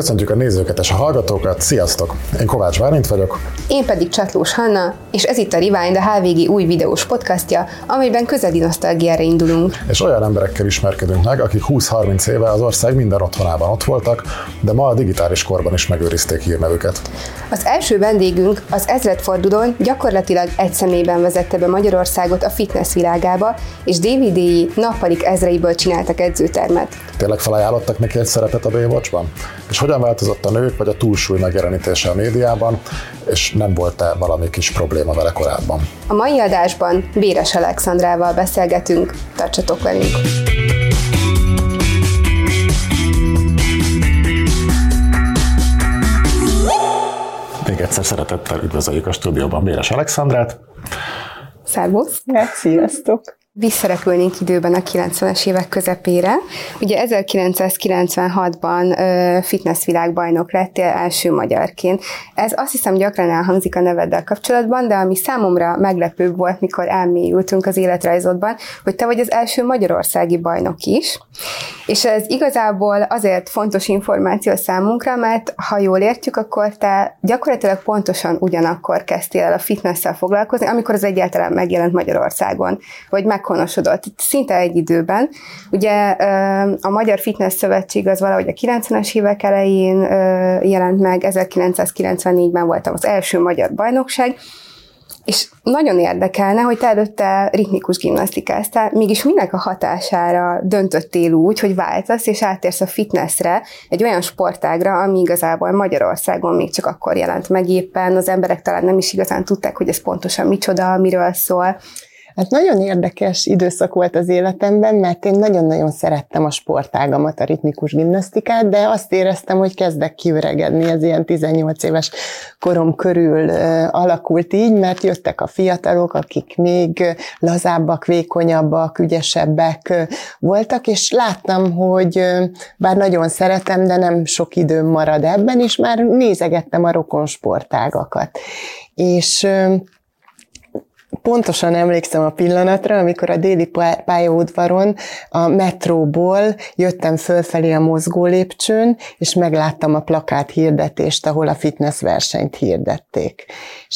Köszöntjük a nézőket és a hallgatókat, sziasztok! Én Kovács Bálint vagyok. Én pedig Csatlós Hanna, és ez itt a Rewind, a HVG új videós podcastja, amelyben közeli nosztalgiára indulunk. És olyan emberekkel ismerkedünk meg, akik 20-30 éve az ország minden otthonában ott voltak, de ma a digitális korban is megőrizték hírnevüket. Az első vendégünk az ezredfordulón gyakorlatilag egy személyben vezette be Magyarországot a fitness világába, és DVD-i nappalik ezreiből csináltak edzőtermet. Tényleg felajánlottak neki egy szerepet a Baywatchban? És hogyan változott a nők vagy a túlsúly megjelenítése a médiában, és nem volt-e valami kis probléma vele korábban? A mai adásban Béres Alexandrával beszélgetünk, tartsatok velünk! Még egyszer szeretettel üdvözöljük a stúdióban Béres Alexandrát. Szervusz! Sziasztok! Visszarepülnénk időben a 90-es évek közepére. Ugye 1996-ban fitnessvilágbajnok lettél első magyarként. Ez azt hiszem gyakran elhangzik a neveddel kapcsolatban, de ami számomra meglepőbb volt, mikor elmélyültünk az életrajzodban, hogy te vagy az első magyarországi bajnok is. És ez igazából azért fontos információ számunkra, mert ha jól értjük, akkor te gyakorlatilag pontosan ugyanakkor kezdtél el a fitnesszel foglalkozni, amikor az egyáltalán megjelent Magyarországon, vagy meghonosodott. Szinte egy időben. Ugye a Magyar Fitness Szövetség az valahogy a 90-es évek elején jelent meg, 1994-ben voltam az első magyar bajnokság, és nagyon érdekelne, hogy te előtte ritmikus gimnasztikáztál, mégis minek a hatására döntöttél úgy, hogy váltasz és áttérsz a fitnessre, egy olyan sportágra, ami igazából Magyarországon még csak akkor jelent meg éppen, az emberek talán nem is igazán tudták, hogy ez pontosan micsoda, miről szól. Hát nagyon érdekes időszak volt az életemben, mert én nagyon-nagyon szerettem a sportágamat, a ritmikus gimnasztikát, de azt éreztem, hogy kezdek kiöregedni, ez ilyen 18 éves korom körül alakult így, mert jöttek a fiatalok, akik még lazábbak, vékonyabbak, ügyesebbek voltak, és láttam, hogy bár nagyon szeretem, de nem sok időm marad ebben, és már nézegettem a rokon sportágakat. És pontosan emlékszem a pillanatra, amikor a déli pályaudvaron a metróból jöttem fölfelé a mozgólépcsőn, és megláttam a plakát hirdetést, ahol a fitness versenyt hirdették. És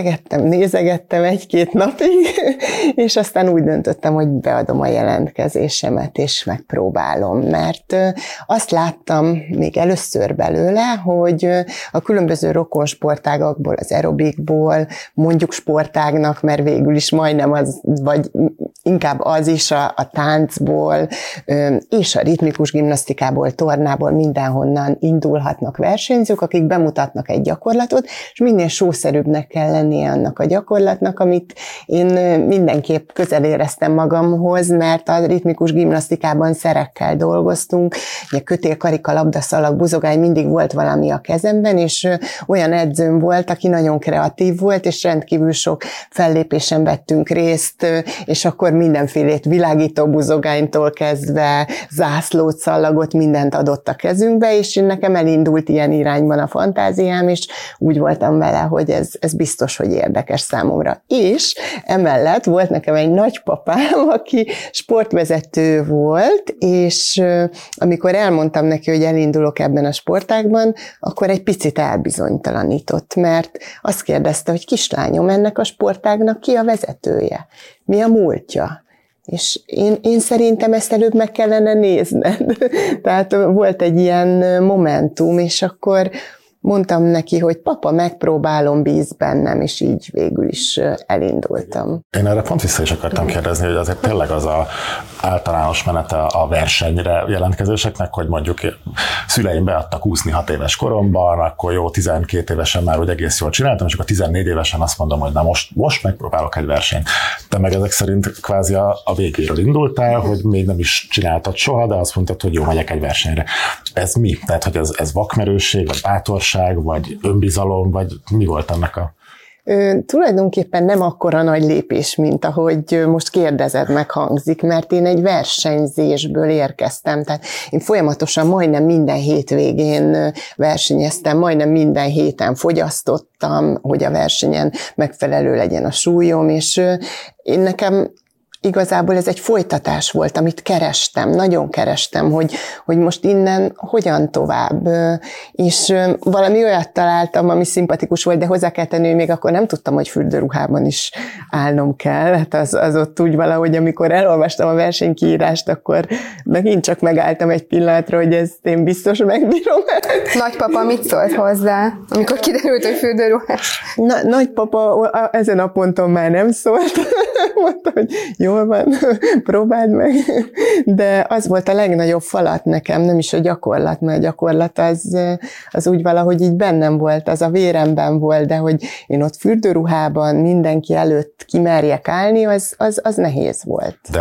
nézegettem egy-két napig, és aztán úgy döntöttem, hogy beadom a jelentkezésemet, és megpróbálom, mert azt láttam még először belőle, hogy a különböző rokonsportágakból, az aerobikból, mondjuk sportágnak, mert végül is majdnem az, vagy inkább az is a táncból, és a ritmikus gimnasztikából, tornából mindenhonnan indulhatnak versenyzők, akik bemutatnak egy gyakorlatot, és minél sószerűbbnek kell lennie annak a gyakorlatnak, amit én mindenképp közel éreztem magamhoz, mert a ritmikus gimnasztikában szerekkel dolgoztunk, ugye kötél, karika, labda, szalag, buzogány, mindig volt valami a kezemben, és olyan edzőm volt, aki nagyon kreatív volt, és rendkívül sok fellépésen vettünk részt, és akkor mindenfélét világító buzogánytól kezdve zászlót, szallagot, mindent adott a kezünkbe, és nekem elindult ilyen irányban a fantáziám, és úgy voltam vele, hogy ez biztos, hogy érdekes számomra. És emellett volt nekem egy nagypapám, aki sportvezető volt, és amikor elmondtam neki, hogy elindulok ebben a sportágban, akkor egy picit elbizonytalanított, mert azt kérdezte, hogy kislányom, ennek a sportágnak ki a vezetője? Mi a múltja? És én szerintem ezt előbb meg kellene nézned. Tehát volt egy ilyen momentum, és akkor mondtam neki, hogy papa, megpróbálom, bíz bennem, és így végül is elindultam. Én erre pont vissza is akartam kérdezni, hogy azért tényleg az a általános menete a versenyre jelentkezéseknek, hogy mondjuk szüleim beadtak úszni 6 éves koromban, akkor jó, 12 évesen már úgy egész jól csináltam, és akkor 14 évesen azt mondom, hogy na most megpróbálok egy versenyt. Te meg ezek szerint kvázi a végéről indultál, hogy még nem is csináltad soha, de azt mondtad, hogy jó, megyek egy versenyre. Ez mi? Tehát, hogy ez vakmerőség, vagy bátorság, vagy önbizalom, vagy mi volt annak a... Tulajdonképpen nem akkora nagy lépés, mint ahogy most kérdezed, meghangzik, mert én egy versenyzésből érkeztem, tehát én folyamatosan majdnem minden hétvégén versenyeztem, majdnem minden héten fogyasztottam, hogy a versenyen megfelelő legyen a súlyom, és én nekem igazából ez egy folytatás volt, amit kerestem, nagyon kerestem, hogy most innen hogyan tovább. És valami olyat találtam, ami szimpatikus volt, de hozzá kell tenni, hogy még akkor nem tudtam, hogy fürdőruhában is állnom kell. Hát az ott úgy valahogy, amikor elolvastam a versenykiírást, akkor megint csak megálltam egy pillanatra, hogy ezt én biztos megbírom. Nagypapa mit szólt hozzá, amikor kiderült, hogy fürdőruhás? Nagypapa ezen a ponton már nem szólt. Mondta, hogy jól van, próbáld meg. De az volt a legnagyobb falat nekem, nem is a gyakorlat, mert a gyakorlat az úgy valahogy így bennem volt, az a véremben volt, de hogy én ott fürdőruhában mindenki előtt kimerjek állni, az nehéz volt. De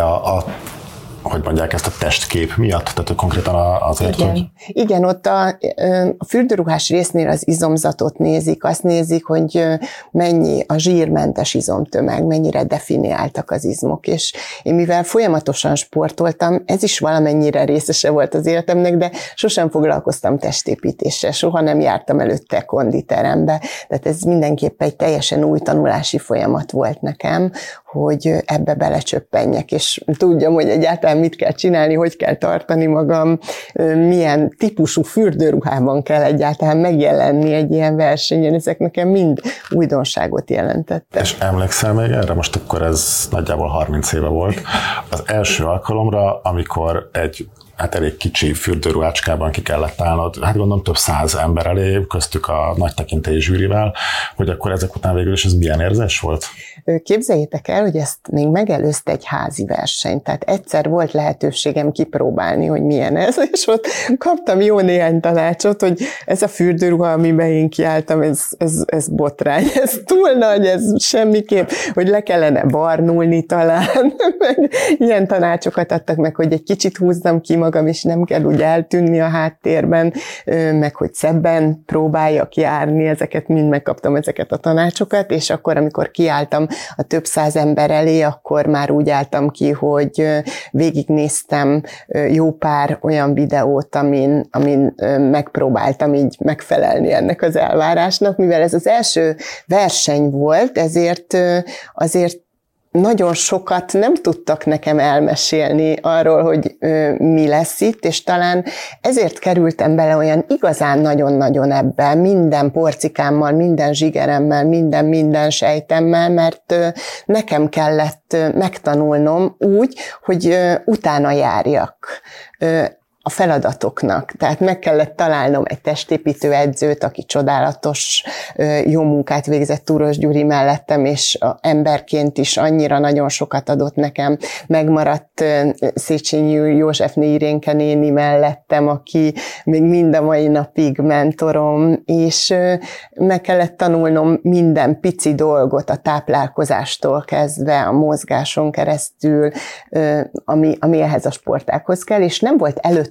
hogy mondják ezt a testkép miatt? Tehát konkrétan azért, igen. hogy... Igen, ott a fürdőruhás résznél az izomzatot nézik, azt nézik, hogy mennyi a zsírmentes izomtömeg, mennyire definiáltak az izmok, és én mivel folyamatosan sportoltam, ez is valamennyire részese volt az életemnek, de sosem foglalkoztam testépítéssel, soha nem jártam előtte konditerembe, tehát ez mindenképp egy teljesen új tanulási folyamat volt nekem, hogy ebbe belecsöppenjek, és tudjam, hogy egyáltalán mit kell csinálni, hogy kell tartani magam, milyen típusú fürdőruhában kell egyáltalán megjelenni egy ilyen versenyen, ezek nekem mind újdonságot jelentettek. És emlékszel még erre? Most akkor ez nagyjából 30 éve volt. Az első alkalomra, amikor egy elég kicsi fürdőruhácskában ki kellett állnod, hát gondolom több 100 ember elé, köztük a nagy tekintélyi zsűrivel, hogy akkor ezek után végül is ez milyen érzés volt? Képzeljétek el, hogy ezt még megelőzte egy házi verseny, tehát egyszer volt lehetőségem kipróbálni, hogy milyen ez, és ott kaptam jó néhány tanácsot, hogy ez a fürdőruha, amiben én kiálltam, ez botrány, ez túl nagy, ez semmiképp, hogy le kellene barnulni talán, meg ilyen tanácsokat adtak meg, hogy egy kicsit húzzam ki magam, és nem kell úgy eltűnni a háttérben, meg hogy szebben próbáljak járni, ezeket mind megkaptam, ezeket a tanácsokat, és akkor, amikor kiálltam a több 100 ember elé, akkor már úgy álltam ki, hogy végignéztem jó pár olyan videót, amin megpróbáltam így megfelelni ennek az elvárásnak, mivel ez az első verseny volt, ezért azért nagyon sokat nem tudtak nekem elmesélni arról, hogy mi lesz itt, és talán ezért kerültem bele olyan igazán nagyon-nagyon ebbe, minden porcikámmal, minden zsigeremmel, minden sejtemmel, mert nekem kellett megtanulnom úgy, hogy utána járjak a feladatoknak. Tehát meg kellett találnom egy testépítő edzőt, aki csodálatos, jó munkát végzett Túros Gyuri mellettem, és emberként is annyira nagyon sokat adott nekem. Megmaradt Széchenyi Józsefné Irénke néni mellettem, aki még mind a mai napig mentorom, és meg kellett tanulnom minden pici dolgot, a táplálkozástól kezdve, a mozgáson keresztül, ami ehhez a sportághoz kell, és nem volt előtt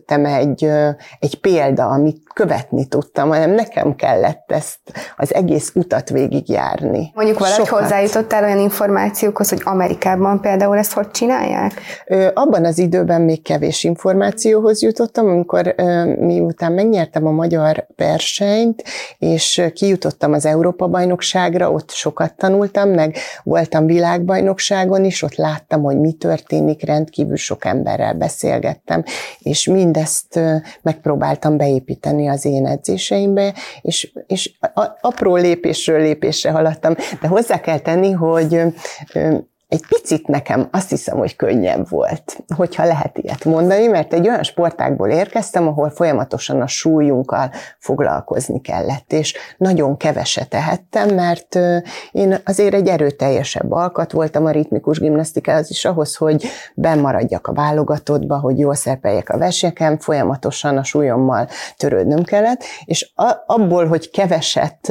egy példa, amit követni tudtam, hanem nekem kellett ezt az egész utat végigjárni. Mondjuk valahogy hozzájutottál olyan információkhoz, hogy Amerikában például ezt hogy csinálják? Abban az időben még kevés információhoz jutottam, amikor miután megnyertem a magyar versenyt, és kijutottam az Európa-bajnokságra, ott sokat tanultam, meg voltam világbajnokságon is, ott láttam, hogy mi történik, rendkívül sok emberrel beszélgettem, és mindezt megpróbáltam beépíteni az én edzéseimbe, és apró lépésről lépésre haladtam, de hozzá kell tenni, hogy egy picit nekem azt hiszem, hogy könnyebb volt, hogyha lehet ilyet mondani, mert egy olyan sportágból érkeztem, ahol folyamatosan a súlyunkkal foglalkozni kellett, és nagyon keveset tehettem, mert én azért egy erőteljesebb alkat voltam a ritmikus gimnasztikához is ahhoz, hogy bennmaradjak a válogatottba, hogy jól szerpeljek a versenyeken, folyamatosan a súlyommal törődnöm kellett, és abból, hogy keveset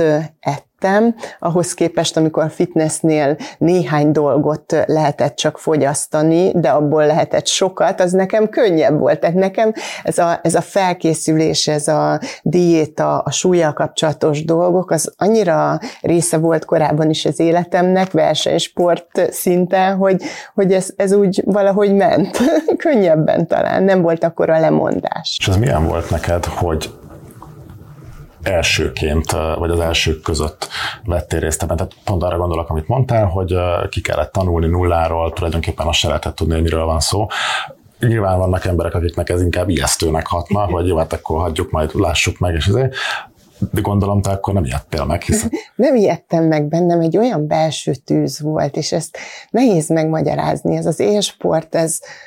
ahhoz képest, amikor a fitnessnél néhány dolgot lehetett csak fogyasztani, de abból lehetett sokat, az nekem könnyebb volt. Tehát nekem ez a felkészülés, ez a diéta, a súllyal kapcsolatos dolgok, az annyira része volt korábban is az életemnek, versenysport szinten, hogy ez úgy valahogy ment. Könnyebben talán, nem volt akkora lemondás. És ez milyen volt neked, hogy elsőként, vagy az elsők között vettél részt ebben. Tehát pont arra gondolok, amit mondtál, hogy ki kellett tanulni nulláról, tulajdonképpen azt se lehetett tudni, hogy miről van szó. Nyilván vannak emberek, akiknek ez inkább ijesztőnek hatna, hogy jó, hát akkor hagyjuk, majd lássuk meg, és ezért. De gondolom, te akkor nem ijedtél meg, hiszen... Nem ijedtem meg, bennem egy olyan belső tűz volt, és ezt nehéz megmagyarázni. Ez az élsport,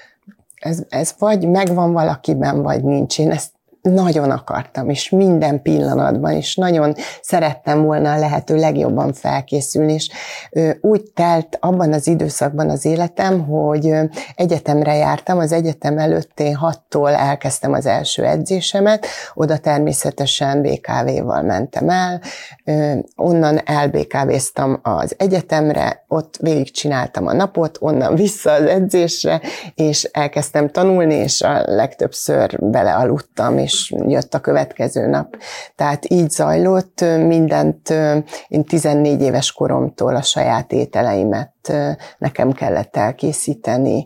ez vagy megvan valakiben, vagy nincs. Én ezt nagyon akartam, és minden pillanatban, és nagyon szerettem volna a lehető legjobban felkészülni, és úgy telt abban az időszakban az életem, hogy egyetemre jártam, az egyetem előtt én 6-tól elkezdtem az első edzésemet, oda természetesen BKV-val mentem el, onnan elBKV-ztem az egyetemre, ott végigcsináltam a napot, onnan vissza az edzésre, és elkezdtem tanulni, és a legtöbbször belealudtam, és jött a következő nap. Tehát így zajlott mindent, én 14 éves koromtól a saját ételeimet nekem kellett elkészíteni,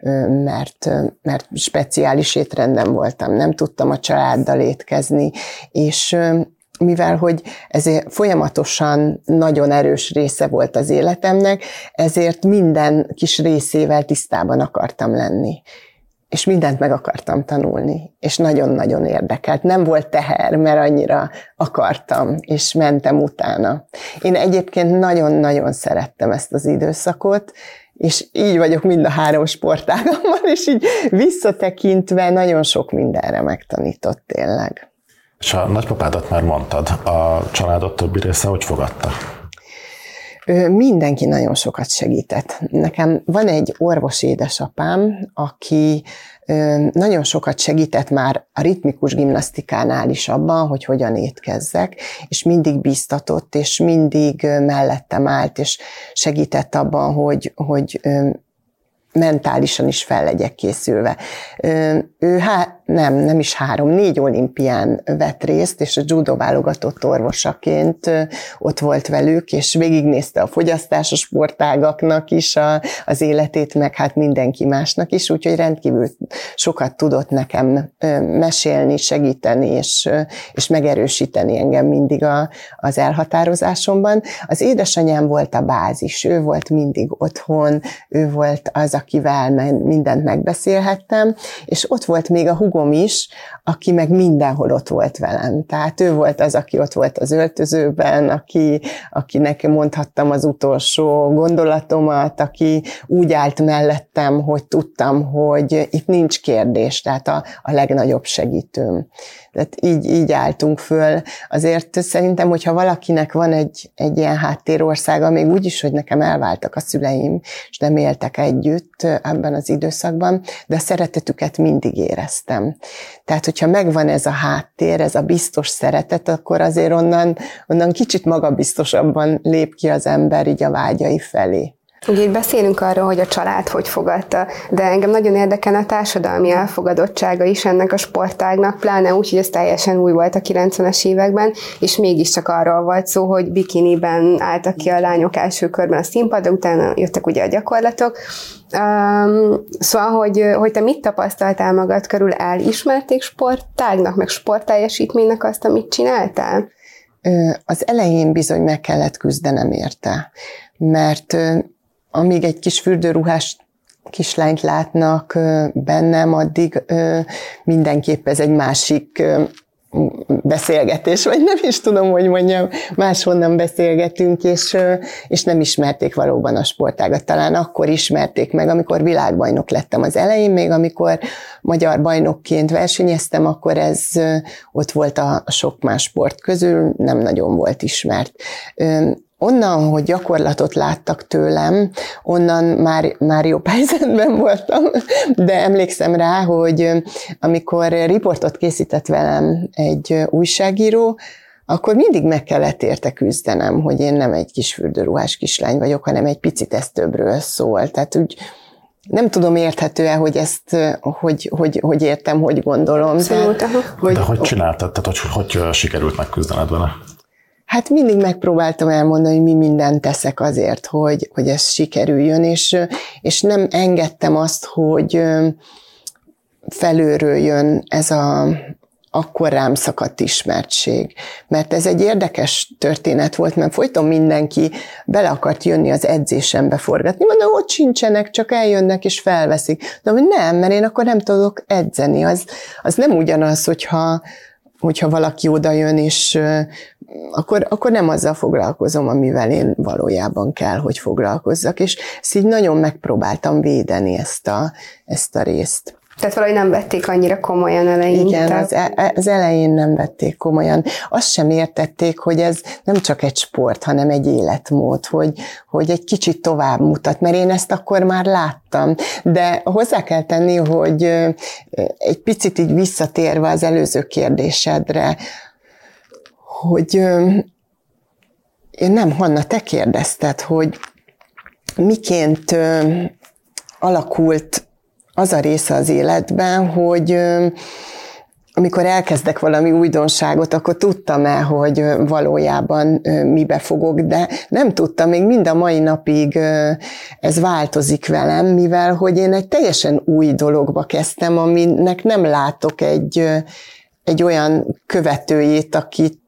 mert speciális étrenden voltam, nem tudtam a családdal étkezni, és mivel hogy ez folyamatosan nagyon erős része volt az életemnek, ezért minden kis részével tisztában akartam lenni. És mindent meg akartam tanulni, és nagyon-nagyon érdekelt. Nem volt teher, mert annyira akartam, és mentem utána. Én egyébként nagyon-nagyon szerettem ezt az időszakot, és így vagyok mind a 3 sportágamban, és így visszatekintve nagyon sok mindenre megtanított tényleg. És a nagypapádat már mondtad, a családod többi része hogy fogadta? Mindenki nagyon sokat segített. Nekem van egy orvos édesapám, aki nagyon sokat segített már a ritmikus gimnasztikánál is abban, hogy hogyan étkezzek, és mindig bíztatott, és mindig mellettem állt, és segített abban, hogy mentálisan is fel legyek készülve. Ő nem is 4 olimpián vett részt, és a judo válogatott orvosaként ott volt velük, és végignézte a fogyasztásos sportágaknak is az életét, meg hát mindenki másnak is, úgyhogy rendkívül sokat tudott nekem mesélni, segíteni, és megerősíteni engem mindig az elhatározásomban. Az édesanyám volt a bázis, ő volt mindig otthon, ő volt az, akivel mindent megbeszélhettem, és ott volt még a húgom is, aki meg mindenhol ott volt velem. Tehát ő volt az, aki ott volt az öltözőben, akinek mondhattam az utolsó gondolatomat, aki úgy állt mellettem, hogy tudtam, hogy itt nincs kérdés, tehát a legnagyobb segítőm. Tehát így álltunk föl. Azért szerintem, hogyha valakinek van egy ilyen háttérországa, még úgy is, hogy nekem elváltak a szüleim, és nem éltek együtt ebben az időszakban, de a szeretetüket mindig éreztem. Tehát, hogyha megvan ez a háttér, ez a biztos szeretet, akkor azért onnan kicsit magabiztosabban lép ki az ember így a vágyai felé. Ugye itt beszélünk arról, hogy a család hogy fogadta, de engem nagyon érdekel a társadalmi elfogadottsága is ennek a sportágnak, pláne úgy, hogy ez teljesen új volt a 90-es években, és mégiscsak arról volt szó, hogy bikiniben álltak ki a lányok első körben a színpadra, utána jöttek ugye a gyakorlatok. Szóval, hogy te mit tapasztaltál magad körül, elismerték sportágnak, meg sportteljesítménynek azt, amit csináltál? Az elején bizony meg kellett küzdenem érte, mert amíg egy kis fürdőruhás kislányt látnak bennem, addig mindenképp ez egy másik beszélgetés, vagy nem is tudom, hogy mondjam, máshonnan beszélgetünk, és nem ismerték valóban a sportágat. Talán akkor ismerték meg, amikor világbajnok lettem az elején, még amikor magyar bajnokként versenyeztem, akkor ez ott volt a sok más sport közül, nem nagyon volt ismert. Onnan, hogy gyakorlatot láttak tőlem, onnan már jobb helyzetben voltam, de emlékszem rá, hogy amikor riportot készített velem egy újságíró, akkor mindig meg kellett érte küzdenem, hogy én nem egy kis fürdőruhás kislány vagyok, hanem egy picit ez többről szól. Tehát úgy nem tudom, érthető-e, hogy ezt, hogy értem, hogy gondolom. De hogy csináltad? Tehát hogy sikerült megküzdened vele? Hát mindig megpróbáltam elmondani, hogy mi mindent teszek azért, hogy ez sikerüljön, és nem engedtem azt, hogy felülről jön ez akkor rám szakadt ismertség. Mert ez egy érdekes történet volt, mert folyton mindenki bele akart jönni az edzésembe forgatni. Mondom, ott sincsenek, csak eljönnek és felveszik. De nem, mert én akkor nem tudok edzeni. Az nem ugyanaz, hogyha valaki oda jön, és akkor nem azzal foglalkozom, amivel én valójában kell, hogy foglalkozzak. És ezt így nagyon megpróbáltam védeni ezt a részt. Tehát valahogy nem vették annyira komolyan eleinte. Igen, az elején nem vették komolyan. Azt sem értették, hogy ez nem csak egy sport, hanem egy életmód, hogy egy kicsit tovább mutat, mert én ezt akkor már láttam. De hozzá kell tenni, hogy egy picit így visszatérve az előző kérdésedre, hogy nem, Hanna, te kérdezted, hogy miként alakult az a része az életben, hogy amikor elkezdek valami újdonságot, akkor tudtam-e, hogy valójában mibe fogok, de nem tudtam, még mind a mai napig ez változik velem, mivel hogy én egy teljesen új dologba kezdtem, aminek nem látok egy olyan követőjét,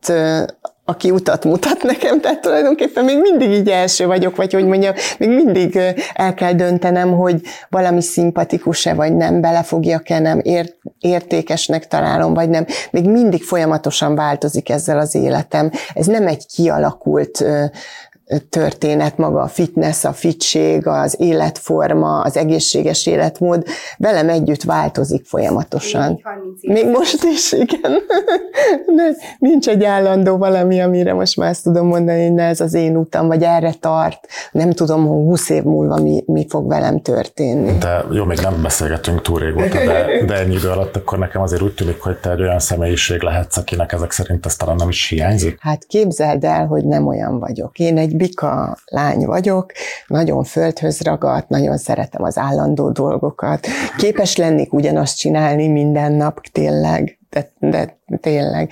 aki utat mutat nekem, tehát tulajdonképpen még mindig így első vagyok, vagy hogy mondjam, még mindig el kell döntenem, hogy valami szimpatikus-e, vagy nem, belefogjak-e, nem, értékesnek találom, vagy nem. Még mindig folyamatosan változik ezzel az életem. Ez nem egy kialakult történet, maga a fitness, a fitség, az életforma, az egészséges életmód velem együtt változik folyamatosan. Még most is, igen. Nincs egy állandó valami, amire most már ezt tudom mondani, hogy ez az én utam, vagy erre tart. Nem tudom, hogy 20 év múlva mi fog velem történni. De jó, még nem beszélgetünk túl régóta, de ennyi idő alatt akkor nekem azért úgy tűnik, hogy te egy olyan személyiség lehetsz, akinek ezek szerint ez talán nem is hiányzik. Hát képzeld el, hogy nem olyan vagyok. Én egy bika lány vagyok, nagyon földhöz ragadt, nagyon szeretem az állandó dolgokat. Képes lennék ugyanazt csinálni minden nap, tényleg, de tényleg.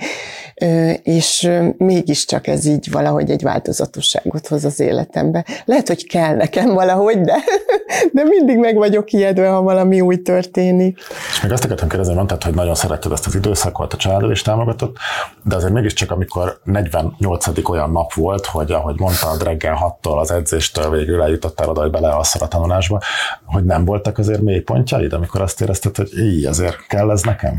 És mégiscsak ez így valahogy egy változatosságot hoz az életembe. Lehet, hogy kell nekem valahogy, de mindig meg vagyok ijedve, ha valami új történik. És még azt akartam kérdezni, mondtad, hogy nagyon szeretted ezt az időszakot, a családod is támogatott, de azért mégiscsak, amikor 48. olyan nap volt, hogy ahogy mondtad, reggel 6-tól az edzéstől végül eljutottál oda, hogy belealszol a tanulásba, hogy nem voltak azért mélypontjaid, amikor azt érezted, hogy így azért kell ez nekem?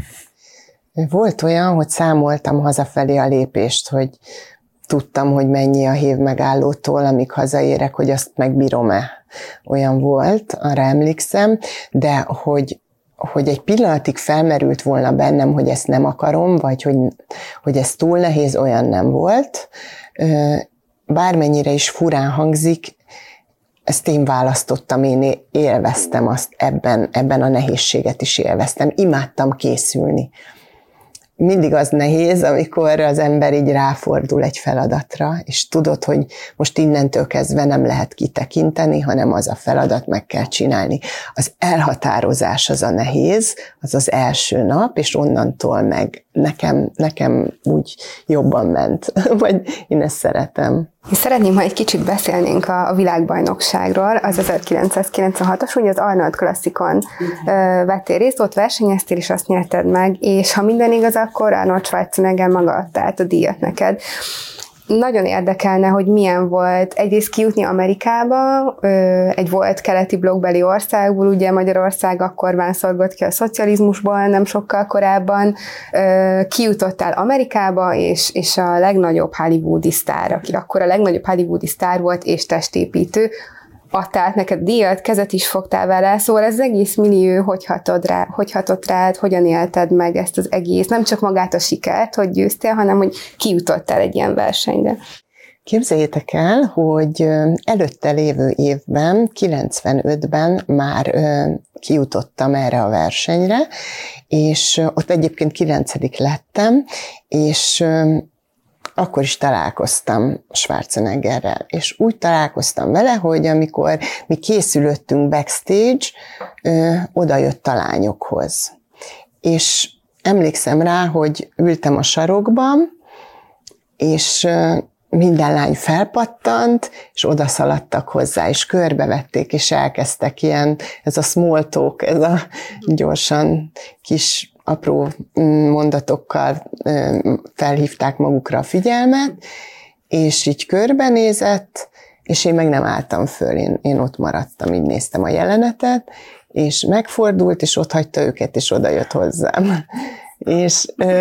Volt olyan, hogy számoltam hazafelé a lépést, hogy tudtam, hogy mennyi a hév megállótól, amíg hazaérek, hogy azt megbírom-e. Olyan volt, arra emlékszem, de hogy egy pillanatig felmerült volna bennem, hogy ezt nem akarom, vagy hogy ez túl nehéz, olyan nem volt. Bármennyire is furán hangzik, ezt én választottam, én élveztem azt, ebben a nehézséget is élveztem. Imádtam készülni. Mindig az nehéz, amikor az ember így ráfordul egy feladatra, és tudod, hogy most innentől kezdve nem lehet kitekinteni, hanem az a feladat, meg kell csinálni. Az elhatározás az a nehéz, az az első nap, és onnantól meg nekem úgy jobban ment, vagy én ezt szeretem. Szeretném, ha egy kicsit beszélnénk a világbajnokságról, az 1996-os, ugye az Arnold Classicon vettél részt, ott versenyeztél, és azt nyerted meg, és ha minden igaz, akkor Arnold Schwarzenegger maga adta át a díjat neked. Nagyon érdekelne, hogy milyen volt egyrészt kijutni Amerikába, egy volt keleti blokkbeli országból, ugye Magyarország akkor vánszorgott ki a szocializmusból nem sokkal korábban, kijutottál Amerikába, és a legnagyobb hollywoodi sztár, aki akkor a legnagyobb hollywoodi sztár volt, és testépítő, adta át neked díjat, kezet is fogtál vele, szóval ez az egész millió hogy hatott rád, hogyan élted meg ezt az egész, nem csak magát a sikert, hogy győztél, hanem hogy kijutottál egy ilyen versenyre. Képzeljétek el, hogy előtte lévő évben, 95-ben már kijutottam erre a versenyre, és ott egyébként 9. lettem, és akkor is találkoztam Schwarzeneggerrel, és úgy találkoztam vele, hogy amikor mi készülöttünk backstage, oda jött a lányokhoz. És emlékszem rá, hogy ültem a sarokban, és minden lány felpattant, és odaszaladtak hozzá, és körbevették, és elkezdtek ez a small talk, ez a gyorsan kis apró mondatokkal felhívták magukra a figyelmet, és így körbenézett, és én meg nem álltam föl, én ott maradtam, így néztem a jelenetet, és megfordult, és ott hagyta őket, és oda jött hozzám. És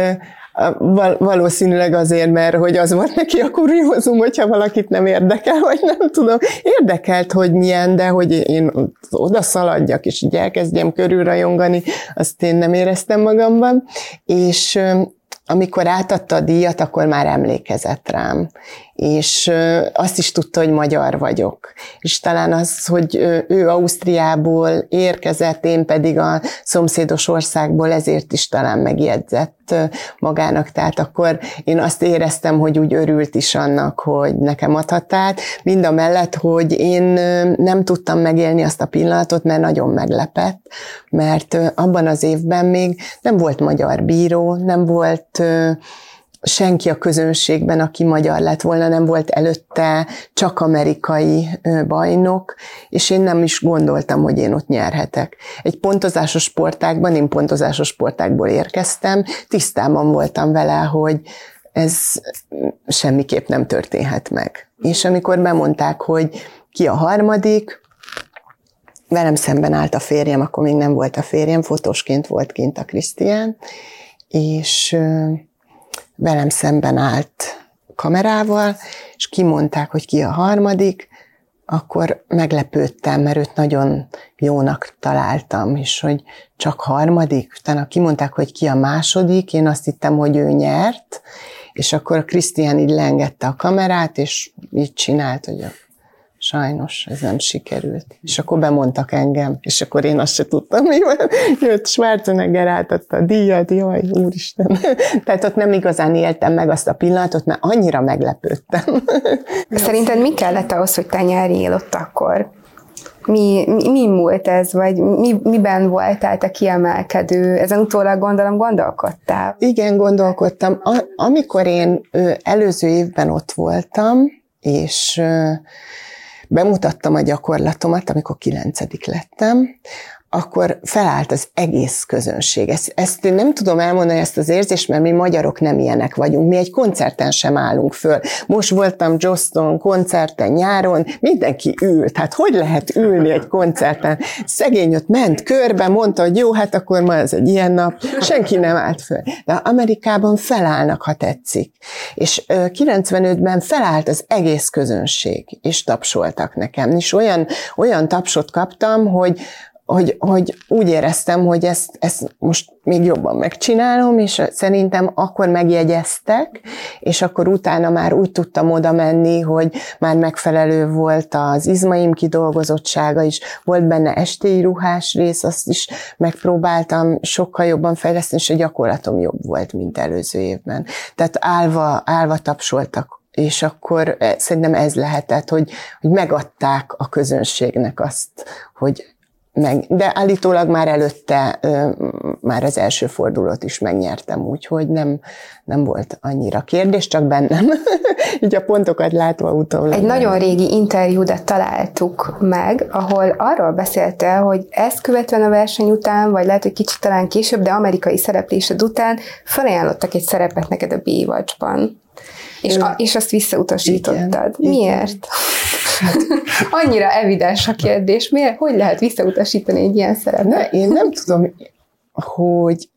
valószínűleg azért, mert hogy az volt neki a kuriózum, hogyha valakit nem érdekel, vagy nem tudom. Érdekelt, hogy milyen, de hogy én oda szaladjak, és így elkezdjem körülrajongani, azt én nem éreztem magamban. És amikor átadta a díjat, akkor már emlékezett rám, és azt is tudta, hogy magyar vagyok. És talán az, hogy ő Ausztriából érkezett, én pedig a szomszédos országból, ezért is talán megjegyzett magának. Tehát akkor én azt éreztem, hogy úgy örült is annak, hogy nekem adhatta át. Mind a mellett, hogy én nem tudtam megélni azt a pillanatot, mert nagyon meglepett, mert abban az évben még nem volt magyar bíró, nem volt senki a közönségben, aki magyar lett volna, nem volt előtte csak amerikai bajnok, és én nem is gondoltam, hogy én ott nyerhetek. Egy pontozásos sportágban, én pontozásos sportágból érkeztem, tisztában voltam vele, hogy ez semmiképp nem történhet meg. És amikor bemondták, hogy ki a harmadik, velem szemben állt a férjem, akkor még nem volt a férjem, fotósként volt kint a Krisztián, és velem szemben állt kamerával, és kimondták, hogy ki a harmadik, akkor meglepődtem, mert őt nagyon jónak találtam, és hogy csak harmadik, utána kimondták, hogy ki a második, én azt hittem, hogy ő nyert, és akkor a Krisztián így leengedte a kamerát, és így csinált, hogy sajnos ez nem sikerült. És akkor bemondtak engem, és akkor én azt se tudtam, mi van. Jött Schwarzenegger, átadta a díjat, jaj, úristen. Tehát ott nem igazán éltem meg azt a pillanatot, mert annyira meglepődtem. Szerinted mi kellett ahhoz, hogy te nyerjél ott akkor? Mi múlt ez, vagy miben voltál te kiemelkedő? Ezen utólag gondolkodtál? Igen, gondolkodtam. Amikor én előző évben ott voltam, és bemutattam a gyakorlatomat, amikor 9. lettem, akkor felállt az egész közönség. Ezt én nem tudom elmondani, ezt az érzést, mert mi magyarok nem ilyenek vagyunk. Mi egy koncerten sem állunk föl. Most voltam Joston koncerten nyáron, mindenki ült. Hát hogy lehet ülni egy koncerten? Szegény ott ment körbe, mondta, hogy jó, hát akkor ma ez egy ilyen nap. Senki nem állt föl. De Amerikában felállnak, ha tetszik. És 95-ben felállt az egész közönség, és tapsoltak nekem. És olyan tapsot kaptam, hogy úgy éreztem, hogy ezt most még jobban megcsinálom, és szerintem akkor megjegyeztek, és akkor utána már úgy tudtam oda menni, hogy már megfelelő volt az izmaim kidolgozottsága is, volt benne estély ruhás rész, azt is megpróbáltam sokkal jobban fejleszteni, és a gyakorlatom jobb volt, mint előző évben. Tehát állva tapsoltak, és akkor szerintem ez lehetett, hogy megadták a közönségnek azt, hogy de állítólag már előtte, már az első fordulót is megnyertem, úgyhogy nem volt annyira kérdés, csak bennem. Így a pontokat látva utólag. Egy nagyon régi interjúdat találtuk meg, ahol arról beszéltél, hogy ezt követően a verseny után, vagy lehet, hogy kicsit talán később, de amerikai szereplésed után felajánlottak egy szerepet neked a Baywatch-ban. És azt visszautasítottad. Igen. Miért? Annyira evidens a kérdés. Miért? Hogy lehet visszautasítani egy ilyen szerepet? Én nem tudom, hogy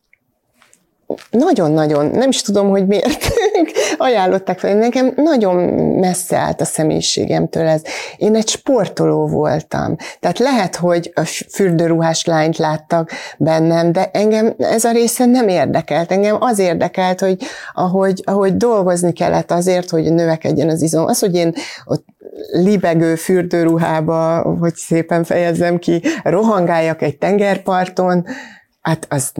nagyon-nagyon, nem is tudom, hogy miért ajánlották fel. Nekem nagyon messze állt a személyiségemtől ez. Én egy sportoló voltam. Tehát lehet, hogy a fürdőruhás lányt láttak bennem, de engem ez a része nem érdekelt. Engem az érdekelt, hogy ahogy dolgozni kellett azért, hogy növekedjen az izom. Az, hogy én ott libegő fürdőruhába, hogy szépen fejezzem ki, rohangáljak egy tengerparton, hát azt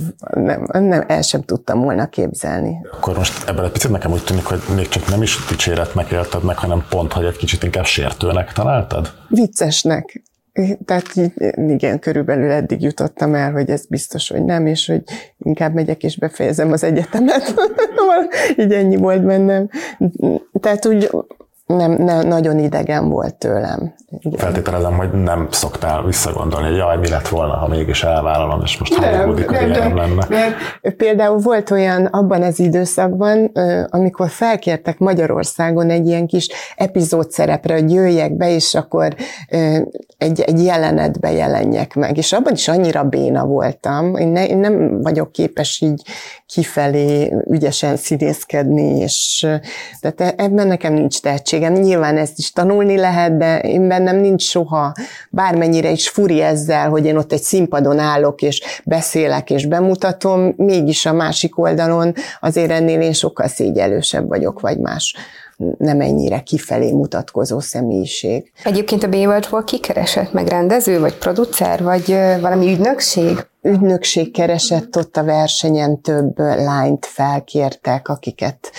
nem, el sem tudtam volna képzelni. Akkor most ebben egy picit nekem úgy tűnik, hogy még csak nem is dicséretnek élted meg, hanem pont, hogy egy kicsit inkább sértőnek találtad? Viccesnek. Tehát igen, körülbelül eddig jutottam el, hogy ez biztos, hogy nem, és hogy inkább megyek és befejezem az egyetemet. Így ennyi volt bennem. Tehát úgy nem, nagyon idegen volt tőlem. Igen. Feltételezem, hogy nem szoktál visszagondolni, hogy jaj, mi lett volna, ha mégis elvállalom, és most hollywoodi karrierem lenne. Például volt olyan abban az időszakban, amikor felkértek Magyarországon egy ilyen kis epizódszerepre, hogy jöjjek be, és akkor egy jelenetbe jelenjek meg. És abban is annyira béna voltam, én nem vagyok képes így kifelé ügyesen színészkedni, és tehát ebben nekem nincs tehetségem. Nyilván ezt is tanulni lehet, de én bennem nincs soha, bármennyire is furi ezzel, hogy én ott egy színpadon állok, és beszélek, és bemutatom, mégis a másik oldalon azért ennél én sokkal szégyellősebb vagyok, vagy más nem ennyire kifelé mutatkozó személyiség. Egyébként a Baywatchból ki keresett meg, rendező, vagy producer, vagy valami ügynökség? Ügynökség keresett ott a versenyen, több lányt felkértek, akiket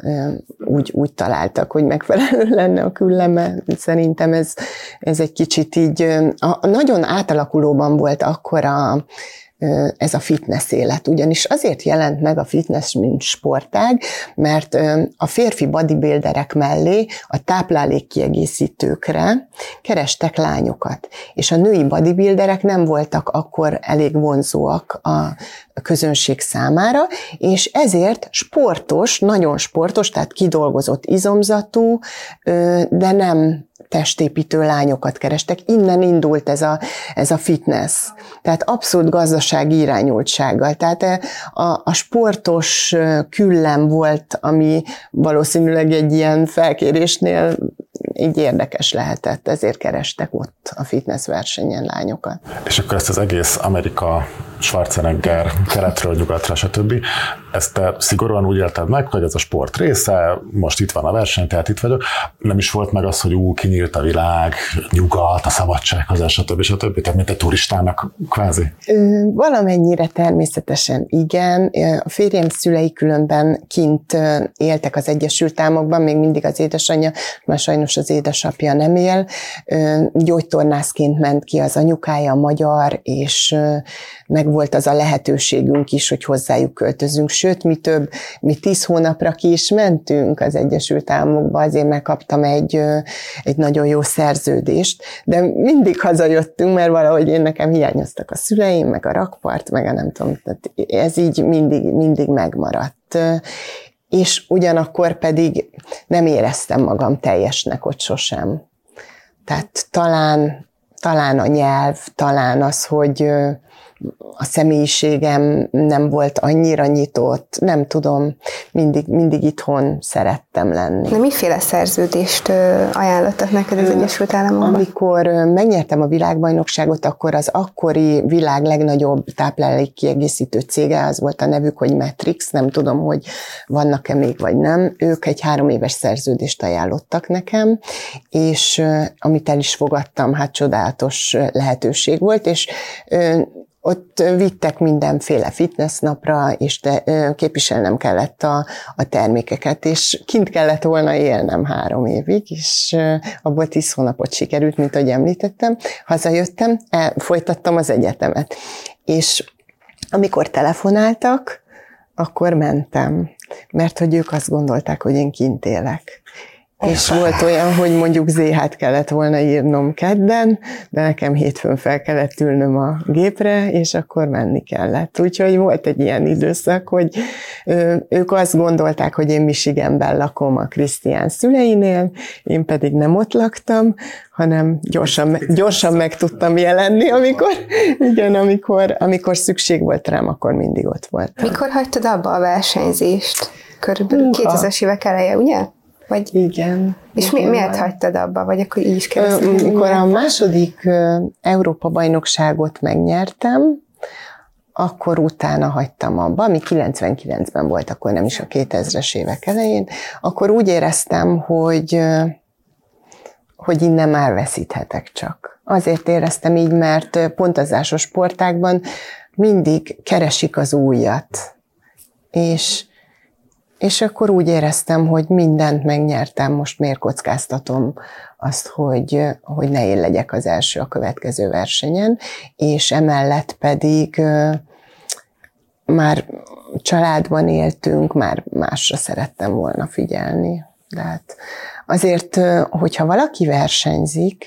úgy találtak, hogy megfelelő lenne a külleme. Szerintem ez egy kicsit így, nagyon átalakulóban volt akkor ez a fitness élet, ugyanis azért jelent meg a fitness, mint sportág, mert a férfi bodybuilderek mellé a táplálékkiegészítőkre kerestek lányokat, és a női bodybuilderek nem voltak akkor elég vonzóak a közönség számára, és ezért sportos, nagyon sportos, tehát kidolgozott izomzatú, de nem testépítő lányokat kerestek. Innen indult ez a fitness. Tehát abszolút gazdasági irányultsággal. Tehát a sportos küllem volt, ami valószínűleg egy ilyen felkérésnél így érdekes lehetett, ezért kerestek ott a fitness versenyen lányokat. És akkor ezt az egész Amerika, Schwarzenegger, keletről, nyugatra, stb. Ezt te szigorúan úgy élted meg, hogy ez a sport része, most itt van a verseny, tehát itt vagyok. Nem is volt meg az, hogy kinyílt a világ, nyugat, a szabadsághoz, stb. Tehát mint egy turistának kvázi? Valamennyire természetesen igen. A férjem szülei különben kint éltek az Egyesült Államokban, még mindig az édesanyja, már sajnos az édesapja nem él. Gyógytornászként ment ki az anyukája, magyar, és megvolt az a lehetőségünk is, hogy hozzájuk költözünk. Sőt, mi több, mi 10 hónapra ki is mentünk az Egyesült Államokba, azért megkaptam egy nagyon jó szerződést, de mindig hazajöttünk, mert valahogy nekem hiányoztak a szüleim, meg a rakpart, meg a nem tudom, tehát ez így mindig megmaradt. És ugyanakkor pedig nem éreztem magam teljesnek ott sosem. Tehát talán a nyelv, talán az, hogy a személyiségem nem volt annyira nyitott, nem tudom, mindig itthon szerettem lenni. De miféle szerződést ajánlottak neked az Egyesült Államokban? Amikor megnyertem a világbajnokságot, akkor az akkori világ legnagyobb táplálékkiegészítő cége, az volt a nevük, hogy Matrix, nem tudom, hogy vannak-e még vagy nem. Ők egy 3 éves szerződést ajánlottak nekem, és amit el is fogadtam, hát csodálatos lehetőség volt, és ott vittek mindenféle fitness napra, és képviselnem kellett a termékeket, és kint kellett volna élnem 3 évig, és abból 10 hónapot sikerült, mint ahogy említettem. Hazajöttem, folytattam az egyetemet. És amikor telefonáltak, akkor mentem, mert hogy ők azt gondolták, hogy én kint élek. És volt olyan, hogy mondjuk ZH-t kellett volna írnom kedden, de nekem hétfőn fel kellett ülnöm a gépre, és akkor menni kellett. Úgyhogy volt egy ilyen időszak, hogy ők azt gondolták, hogy én Michiganben lakom a Krisztián szüleinél, én pedig nem ott laktam, hanem gyorsan meg tudtam jelenni, amikor szükség volt rám, akkor mindig ott voltam. Mikor hagytad abba a versenyzést? Körülbelül 2000-es évek eleje, ugye? Vagy... Igen. És miért hagytad abba? Vagy akkor így is kérdeztem. Amikor a második Európa-bajnokságot megnyertem, akkor utána hagytam abba, ami 99-ben volt, akkor nem is a 2000-es évek elején, akkor úgy éreztem, hogy innen már veszíthetek csak. Azért éreztem így, mert pontozásos sportákban mindig keresik az újat. És akkor úgy éreztem, hogy mindent megnyertem, most miért kockáztatom azt, hogy ne én legyek az első a következő versenyen, és emellett pedig már családban éltünk, már másra szerettem volna figyelni. De hát azért, hogyha valaki versenyzik,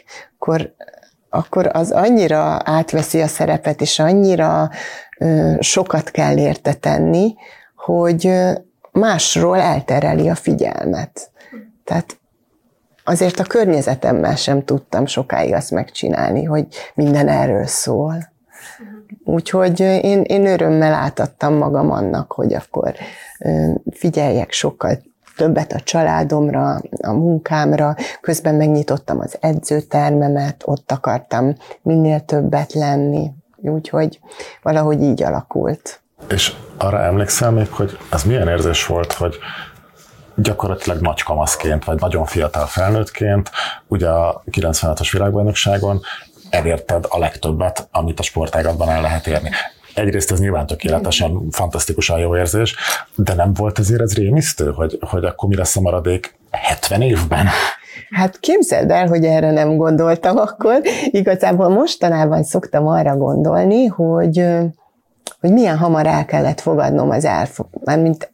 akkor az annyira átveszi a szerepet, és annyira sokat kell érte tenni, hogy másról eltereli a figyelmet. Tehát azért a környezetemmel sem tudtam sokáig azt megcsinálni, hogy minden erről szól. Úgyhogy én örömmel átadtam magam annak, hogy akkor figyeljek sokkal többet a családomra, a munkámra, közben megnyitottam az edzőtermemet, ott akartam minél többet lenni, úgyhogy valahogy így alakult. És arra emlékszel még, hogy az milyen érzés volt, hogy gyakorlatilag nagy kamaszként, vagy nagyon fiatal felnőttként, ugye a 96-os világbajnokságon elérted a legtöbbet, amit a sportágatban el lehet érni. Egyrészt ez nyilván tökéletesen, fantasztikusan jó érzés, de nem volt ezért ez rémisztő, hogy akkor mi lesz a maradék 70 évben? Hát képzeld el, hogy erre nem gondoltam akkor. Igazából mostanában szoktam arra gondolni, hogy milyen hamar el kellett fogadnom mármint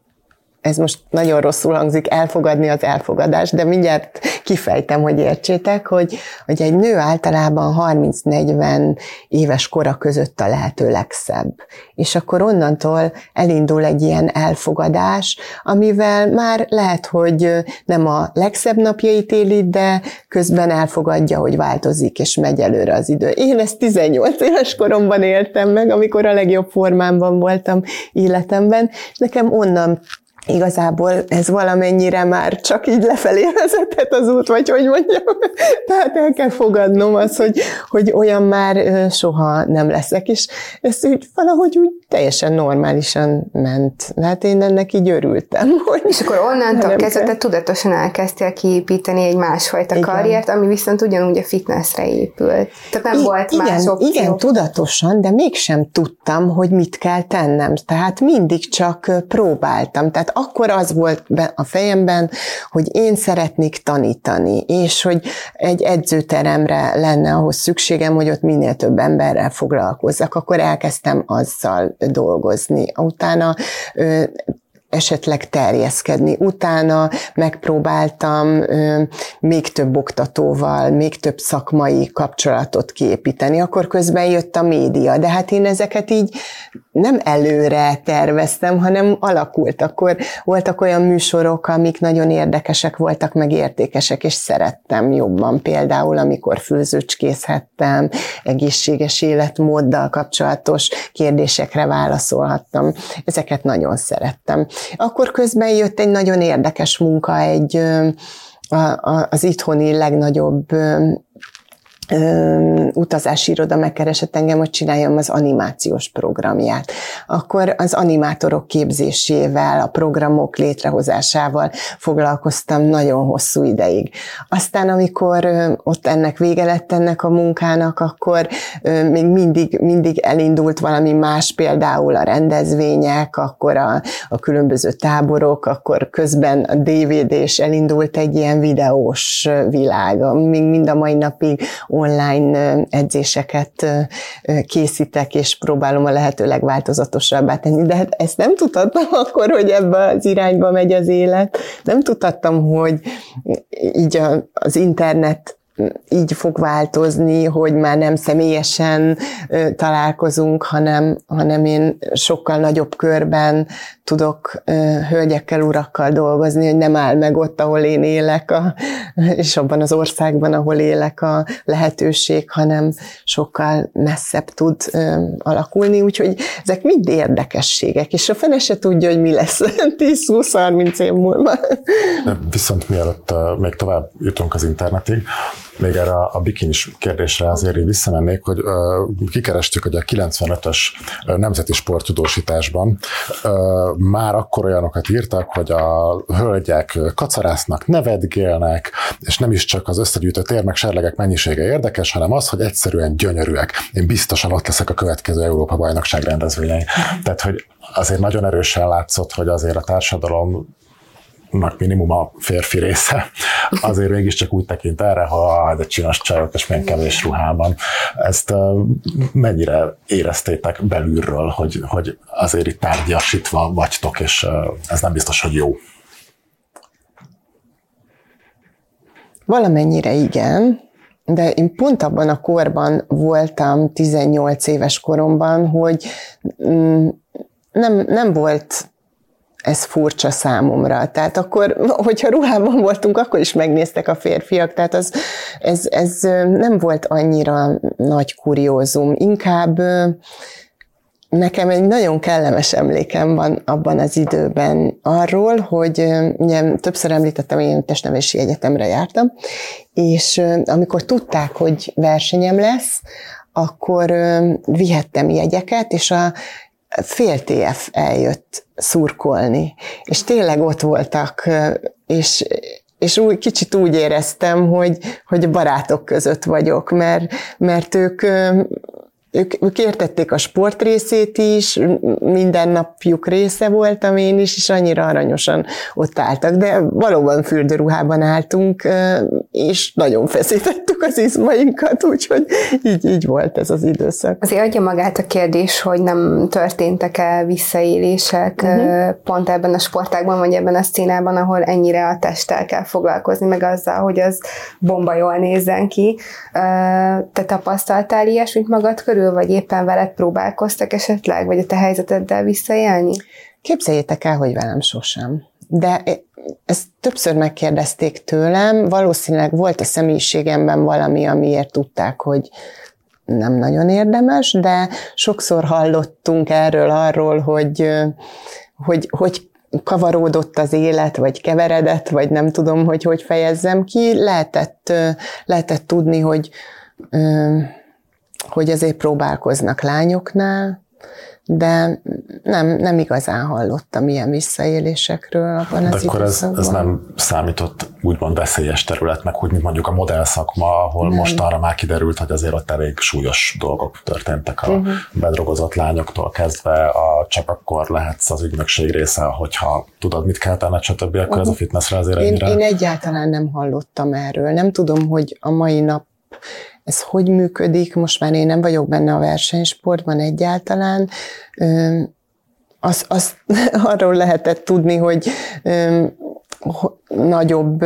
ez most nagyon rosszul hangzik, elfogadni az elfogadást, de mindjárt kifejtem, hogy értsétek, hogy egy nő általában 30-40 éves kora között a lehető legszebb. És akkor onnantól elindul egy ilyen elfogadás, amivel már lehet, hogy nem a legszebb napjait éli, de közben elfogadja, hogy változik, és megy előre az idő. Én ezt 18 éves koromban éltem meg, amikor a legjobb formámban voltam életemben, és nekem onnan igazából ez valamennyire már csak így lefelé vezetett az út, vagy hogy mondjam. Tehát el kell fogadnom azt, hogy olyan már soha nem leszek, és ez úgy valahogy úgy teljesen normálisan ment. Hát én ennek így örültem. És akkor onnantól kezdve te tudatosan elkezdtél kiépíteni egy másfajta karriert, ami viszont ugyanúgy a fitnessre épült. Tehát nem volt más opció. Igen, tudatosan, de mégsem tudtam, hogy mit kell tennem. Tehát mindig csak próbáltam. Tehát akkor az volt a fejemben, hogy én szeretnék tanítani, és hogy egy edzőteremre lenne ahhoz szükségem, hogy ott minél több emberrel foglalkozzak. Akkor elkezdtem azzal dolgozni. Utána esetleg terjeszkedni. Utána megpróbáltam még több oktatóval, még több szakmai kapcsolatot kiépíteni. Akkor közben jött a média, de hát én ezeket így nem előre terveztem, hanem alakult. Akkor voltak olyan műsorok, amik nagyon érdekesek voltak, meg értékesek, és szerettem jobban. Például, amikor főzőcskészhettem, egészséges életmóddal kapcsolatos kérdésekre válaszolhattam. Ezeket nagyon szerettem. Akkor közben jött egy nagyon érdekes munka, az itthoni legnagyobb utazási iroda megkeresett engem, hogy csináljam az animációs programját. Akkor az animátorok képzésével, a programok létrehozásával foglalkoztam nagyon hosszú ideig. Aztán, amikor ott ennek vége lett ennek a munkának, akkor még mindig elindult valami más, például a rendezvények, akkor a különböző táborok, akkor közben a DVD-s elindult egy ilyen videós világ. Még mind a mai napig online edzéseket készítek, és próbálom a lehető legváltozatosabbá tenni, de hát ezt nem tudhattam akkor, hogy ebbe az irányba megy az élet. Nem tudhattam, hogy így az internet így fog változni, hogy már nem személyesen találkozunk, hanem én sokkal nagyobb körben tudok hölgyekkel, urakkal dolgozni, hogy nem áll meg ott, ahol én élek, és abban az országban, ahol élek a lehetőség, hanem sokkal messzebb tud alakulni, úgyhogy ezek mind érdekességek, és a fene se tudja, hogy mi lesz 10-20-30 év múlva. Viszont mielőtt még tovább jutunk az internetig, még erre a bikinis kérdésre azért így visszamennék, hogy kikerestük, hogy a 95-ös nemzeti sporttudósításban már akkor olyanokat írtak, hogy a hölgyek kacarásznak, nevetgélnek, és nem is csak az összegyűjtött érmek, serlegek mennyisége érdekes, hanem az, hogy egyszerűen gyönyörűek. Én biztosan ott leszek a következő Európa-bajnokság rendezvényein. Tehát, hogy azért nagyon erősen látszott, hogy azért a társadalom minimum a férfi része, azért mégiscsak úgy tekint erre, ha de csinos csajok és milyen kevés ruhában. Ezt mennyire éreztétek belülről, hogy azért itt tárgyasítva vagytok, és ez nem biztos, hogy jó? Valamennyire igen, de én pont abban a korban voltam, 18 éves koromban, hogy nem volt ez furcsa számomra. Tehát akkor, hogyha ruhában voltunk, akkor is megnéztek a férfiak, tehát ez nem volt annyira nagy kuriózum. Inkább nekem egy nagyon kellemes emlékem van abban az időben arról, hogy ugye, többször említettem, én testnevelési egyetemre jártam, és amikor tudták, hogy versenyem lesz, akkor vihettem jegyeket, és a fél TF eljött szurkolni, és tényleg ott voltak, és úgy, kicsit úgy éreztem, hogy barátok között vagyok, mert ők értették a sport részét is, minden napjuk része voltam én is, és annyira aranyosan ott álltak, de valóban fürdőruhában álltunk, és nagyon feszítettük az izmainkat, úgyhogy így volt ez az időszak. Azért adja magát a kérdés, hogy nem történtek-e visszaélések pont ebben a sportágban, vagy ebben a színában, ahol ennyire a testtel kell foglalkozni, meg azzal, hogy az bomba jól nézzen ki. Te tapasztaltál ilyesmit magad körül, vagy éppen veled próbálkoztak esetleg, vagy a te helyzeteddel visszaélni? Képzeljétek el, hogy velem sosem. De ezt többször megkérdezték tőlem, valószínűleg volt a személyiségemben valami, amiért tudták, hogy nem nagyon érdemes, de sokszor hallottunk arról, hogy kavaródott az élet, vagy keveredett, vagy nem tudom, hogy fejezzem ki. Lehetett tudni, hogy azért próbálkoznak lányoknál, de nem igazán hallottam ilyen visszaélésekről abban az akkor ez nem számított úgymond veszélyes területnek, úgy, mint mondjuk a modellszakma, ahol mostanra már kiderült, hogy azért ott elég súlyos dolgok történtek a bedrogozott lányoktól kezdve, csak akkor lehetsz az ügynökség része, hogyha tudod, mit kell tenni, stb., akkor ez a fitnessre azért ennyire... Én egyáltalán nem hallottam erről. Nem tudom, hogy a mai nap ez hogy működik, most már én nem vagyok benne a versenysportban egyáltalán. Arról lehetett tudni, hogy nagyobb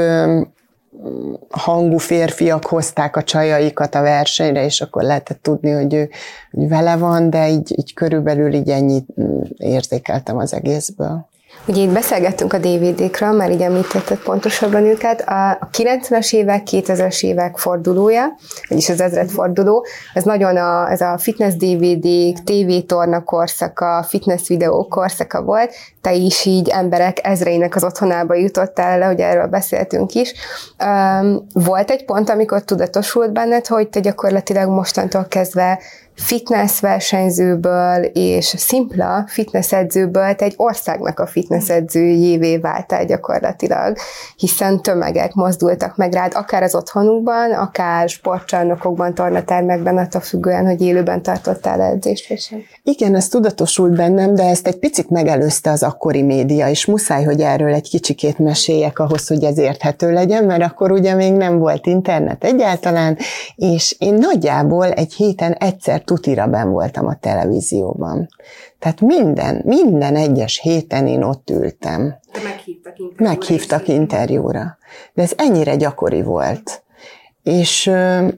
hangú férfiak hozták a csajaikat a versenyre, és akkor lehetett tudni, hogy ő vele van, de így körülbelül így ennyit érzékeltem az egészből. Ugye itt beszélgettünk a DVD-kről, már így említetted pontosabban őket. A 90-es évek, 2000-es évek fordulója, vagyis az ezredforduló, ez nagyon ez a fitness DVD-k, TV-torna korszaka, fitness videó korszaka volt. Te is így emberek ezreinek az otthonába jutottál le, hogy erről beszéltünk is. Volt egy pont, amikor tudatosult benned, hogy te gyakorlatilag mostantól kezdve fitness versenyzőből és szimpla fitness edzőből te egy országnak a fitness edzőjévé váltál gyakorlatilag, hiszen tömegek mozdultak meg rád, akár az otthonukban, akár sportcsarnokokban, tornatermekben, attól függően, hogy élőben tartottál edzést, vagy sem. Igen, ez tudatosult bennem, de ezt egy picit megelőzte az akkori média, és muszáj, hogy erről egy kicsikét meséljek ahhoz, hogy ez érthető legyen, mert akkor ugye még nem volt internet egyáltalán, és én nagyjából egy héten egyszer tutira benn voltam a televízióban. Tehát minden egyes héten én ott ültem. Meghívtak interjúra. De ez ennyire gyakori volt. És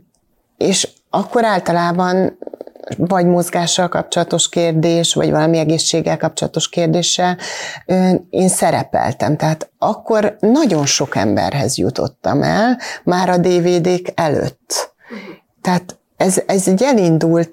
akkor általában vagy mozgással kapcsolatos kérdés, vagy valami egészséggel kapcsolatos kérdéssel én szerepeltem. Tehát akkor nagyon sok emberhez jutottam el, már a DVD-k előtt. Tehát ez így elindult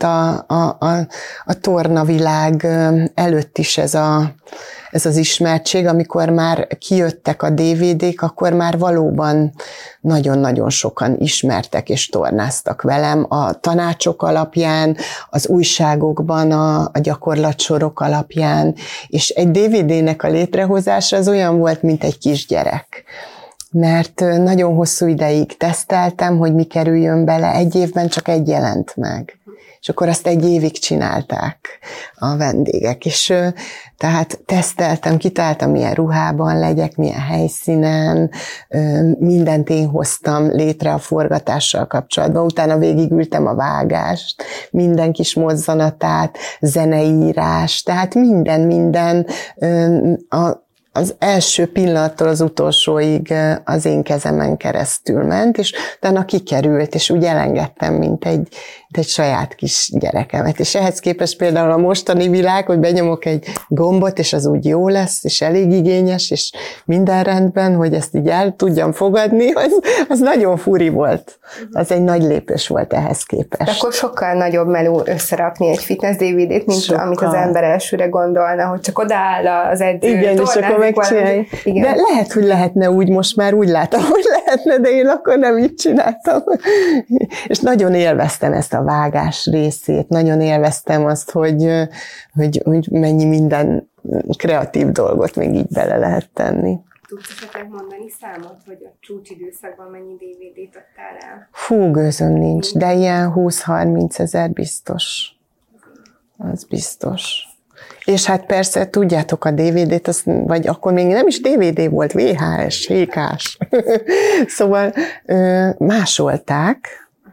a tornavilág előtt is ez az ismertség, amikor már kijöttek a DVD-k, akkor már valóban nagyon-nagyon sokan ismertek és tornáztak velem a tanácsok alapján, az újságokban a gyakorlatsorok alapján, és egy DVD-nek a létrehozása az olyan volt, mint egy kisgyerek. Mert nagyon hosszú ideig teszteltem, hogy mi kerüljön bele, egy évben csak egy jelent meg. És akkor azt egy évig csinálták a vendégek. És tehát teszteltem, kitáltam, milyen ruhában legyek, milyen helyszínen, mindent én hoztam létre a forgatással kapcsolatban. Utána végigültem a vágást, minden kis mozzanatát, zeneírás, tehát minden az első pillanattól az utolsóig az én kezemen keresztül ment, és utána kikerült, és úgy elengedtem, mint egy saját kis gyerekemet. És ehhez képest például a mostani világ, hogy benyomok egy gombot, és az úgy jó lesz, és elég igényes, és minden rendben, hogy ezt így el tudjam fogadni, az nagyon furi volt. Az egy nagy lépés volt ehhez képest. De akkor sokkal nagyobb meló összerakni egy fitness DVD-t, mint sokkal. Amit az ember elsőre gondolna, hogy csak odaáll az edző. Igen, és akkor megcsinálja. De lehet, hogy lehetne úgy, most már úgy látom, hogy lehetne, de én akkor nem így csináltam. És nagyon élveztem ezt a vágás részét, nagyon élveztem azt, hogy mennyi minden kreatív dolgot még így bele lehet tenni. Tudsz esetleg mondani számot, hogy a csúcsidőszakban mennyi DVD-t adtál el? Fú, gőzöm nincs, de ilyen 20-30 ezer biztos. Az biztos. És hát persze, tudjátok, a DVD-t, vagy akkor még nem is DVD volt, VHS, HK-s. Szóval másolták,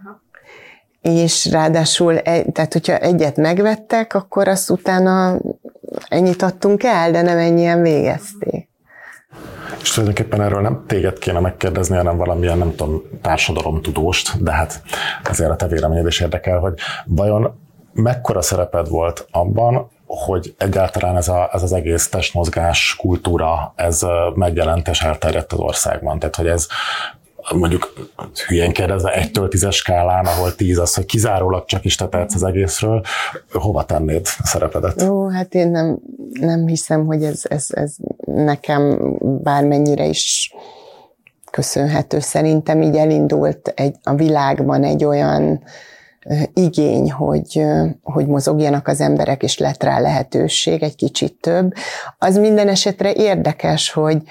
és ráadásul, tehát hogyha egyet megvettek, akkor azt utána ennyit adtunk el, de nem ennyien végezték. És tulajdonképpen erről nem téged kéne megkérdezni, hanem valamilyen, nem tudom, társadalomtudóst, de hát ezért a te véleményed is érdekel, hogy vajon mekkora szereped volt abban, hogy egyáltalán ez az egész testmozgás kultúra, ez megjelent és elterjedt az országban. Tehát, hogy ez mondjuk hülyén kérdezve 1-től 10-es skálán, ahol 10 az, hogy kizárólag csak is te tehetsz az egészről, hova tennéd a szerepedet? Ó, hát én nem hiszem, hogy ez nekem bármennyire is köszönhető. Szerintem így elindult a világban egy olyan igény, hogy mozogjanak az emberek, és lett rá lehetőség, egy kicsit több. Az minden esetre érdekes, hogy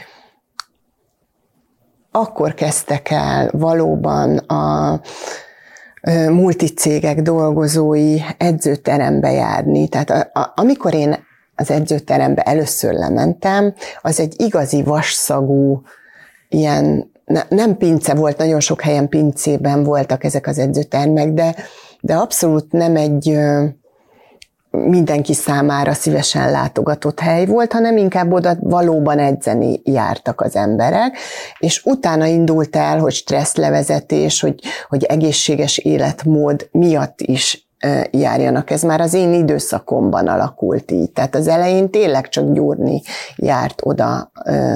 akkor kezdtek el valóban a multicégek dolgozói edzőterembe járni. Tehát amikor én az edzőterembe először lementem, az egy igazi vasszagú, ilyen, nem pince volt, nagyon sok helyen pincében voltak ezek az edzőtermek, de abszolút nem egy mindenki számára szívesen látogatott hely volt, hanem inkább oda valóban edzeni jártak az emberek, és utána indult el, hogy stresszlevezetés, hogy egészséges életmód miatt is járjanak. Ez már az én időszakomban alakult így. Tehát az elején tényleg csak gyúrni járt oda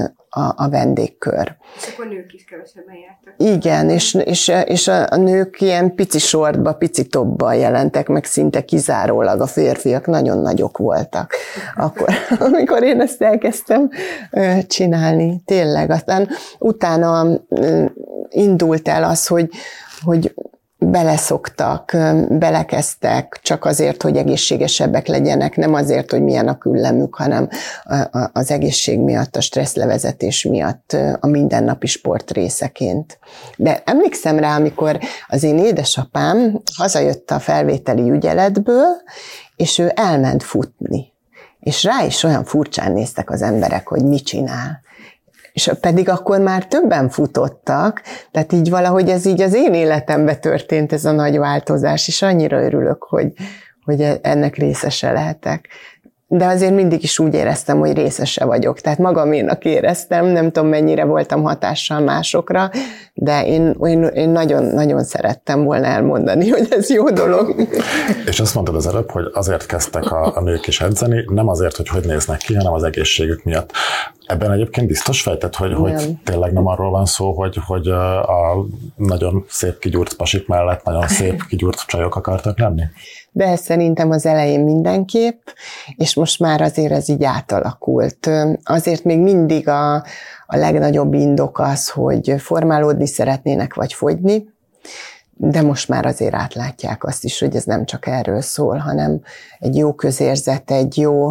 a vendégkör. És akkor nők is kevesebben jártak. Igen, és a nők ilyen pici sortba, pici tobban jelentek meg, szinte kizárólag a férfiak nagyon nagyok voltak. Akkor, amikor én ezt elkezdtem csinálni, tényleg. Aztán utána indult el az, hogy beleszoktak, belekezdtek csak azért, hogy egészségesebbek legyenek, nem azért, hogy milyen a küllemük, hanem az egészség miatt, a stresszlevezetés miatt, a mindennapi sport részeként. De emlékszem rá, amikor az én édesapám hazajött a felvételi ügyeletből, és ő elment futni. És rá is olyan furcsán néztek az emberek, hogy mit csinál. És pedig akkor már többen futottak, tehát így valahogy ez így az én életemben történt ez a nagy változás, és annyira örülök, hogy ennek részese lehetek. De azért mindig is úgy éreztem, hogy részese vagyok. Tehát magaménak éreztem, nem tudom mennyire voltam hatással másokra, de én nagyon szerettem volna elmondani, hogy ez jó dolog. És azt mondtad az előbb, hogy azért kezdtek a nők is edzeni, nem azért, hogy néznek ki, hanem az egészségük miatt. Ebben egyébként biztos fejtett, hogy tényleg nem arról van szó, hogy a nagyon szép kigyúrt pasik mellett nagyon szép kigyúrt csajok akartak lenni? De szerintem az elején mindenképp, és most már azért ez így átalakult. Azért még mindig a legnagyobb indok az, hogy formálódni szeretnének, vagy fogyni, de most már azért átlátják azt is, hogy ez nem csak erről szól, hanem egy jó közérzet, egy jó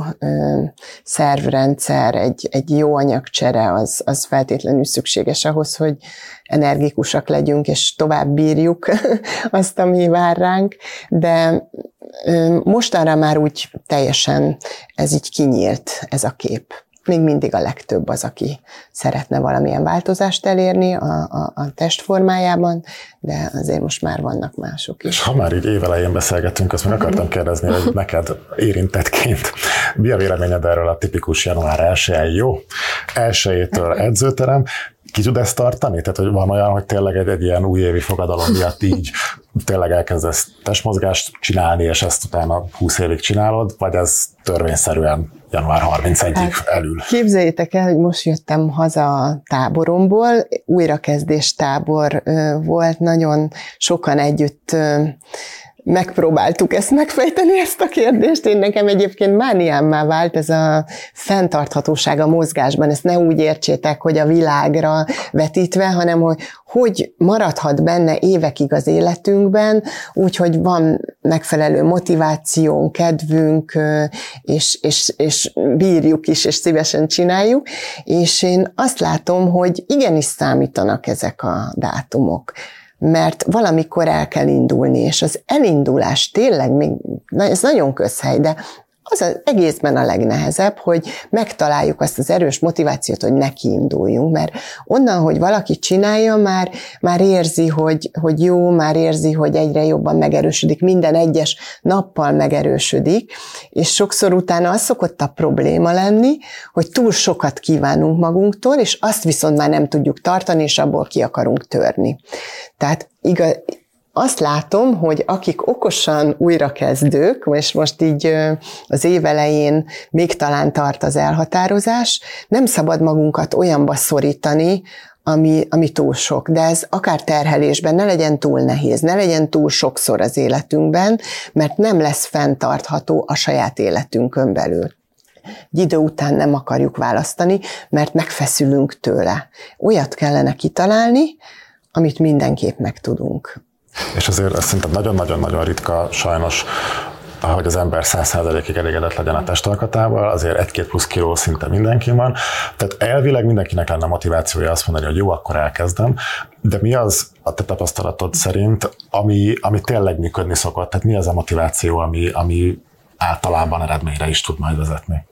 szervrendszer, egy jó anyagcsere, az feltétlenül szükséges ahhoz, hogy energikusak legyünk, és tovább bírjuk azt, ami vár ránk, de mostanra már úgy teljesen ez így kinyílt, ez a kép. még mindig a legtöbb az, aki szeretne valamilyen változást elérni a testformájában, de azért most már vannak mások is. És ha már így évelején beszélgetünk, azt meg akartam kérdezni, hogy neked érintettként mi a véleményed erről a tipikus január 1-i jó? 1-től edzőterem. Ki tud ezt tartani? Tehát, hogy van olyan, hogy tényleg egy ilyen újévi fogadalom miatt így tényleg elkezdesz testmozgást csinálni, és ezt utána 20 évig csinálod, vagy ez törvényszerűen január 31-ig elül? Képzeljétek el, hogy most jöttem haza a táboromból, újrakezdés tábor volt, nagyon sokan együtt megpróbáltuk ezt megfejteni, ezt a kérdést. Én nekem egyébként mániámmá vált ez a fenntarthatóság a mozgásban. Ezt ne úgy értsétek, hogy a világra vetítve, hanem hogy maradhat benne évekig az életünkben, úgyhogy van megfelelő motivációnk, kedvünk, és bírjuk is, és szívesen csináljuk. És én azt látom, hogy igenis számítanak ezek a dátumok, mert valamikor el kell indulni, és az elindulás tényleg még, ez nagyon közhely, de az az egészben a legnehezebb, hogy megtaláljuk azt az erős motivációt, hogy neki induljunk, mert onnan, hogy valaki csinálja, már érzi, hogy jó, már érzi, hogy egyre jobban megerősödik, minden egyes nappal megerősödik, és sokszor utána az szokott a probléma lenni, hogy túl sokat kívánunk magunktól, és azt viszont már nem tudjuk tartani, és abból ki akarunk törni. Tehát azt látom, hogy akik okosan újrakezdők, és most így az év elején még talán tart az elhatározás, nem szabad magunkat olyanba szorítani, ami túl sok, de ez akár terhelésben ne legyen túl nehéz, ne legyen túl sokszor az életünkben, mert nem lesz fenntartható a saját életünkön belül. Egy idő után nem akarjuk választani, mert megfeszülünk tőle. Olyat kellene kitalálni, amit mindenképp megtudunk. És azért szerintem nagyon-nagyon-nagyon ritka sajnos, hogy az ember 100%-ig elégedett legyen a testalkatával, azért 1-2 plusz kiló szinte mindenkin van. Tehát elvileg mindenkinek lenne motivációja azt mondani, hogy jó, akkor elkezdem, de mi az a te tapasztalatod szerint, ami tényleg működni szokott? Tehát mi az a motiváció, ami általában eredményre is tud majd vezetni?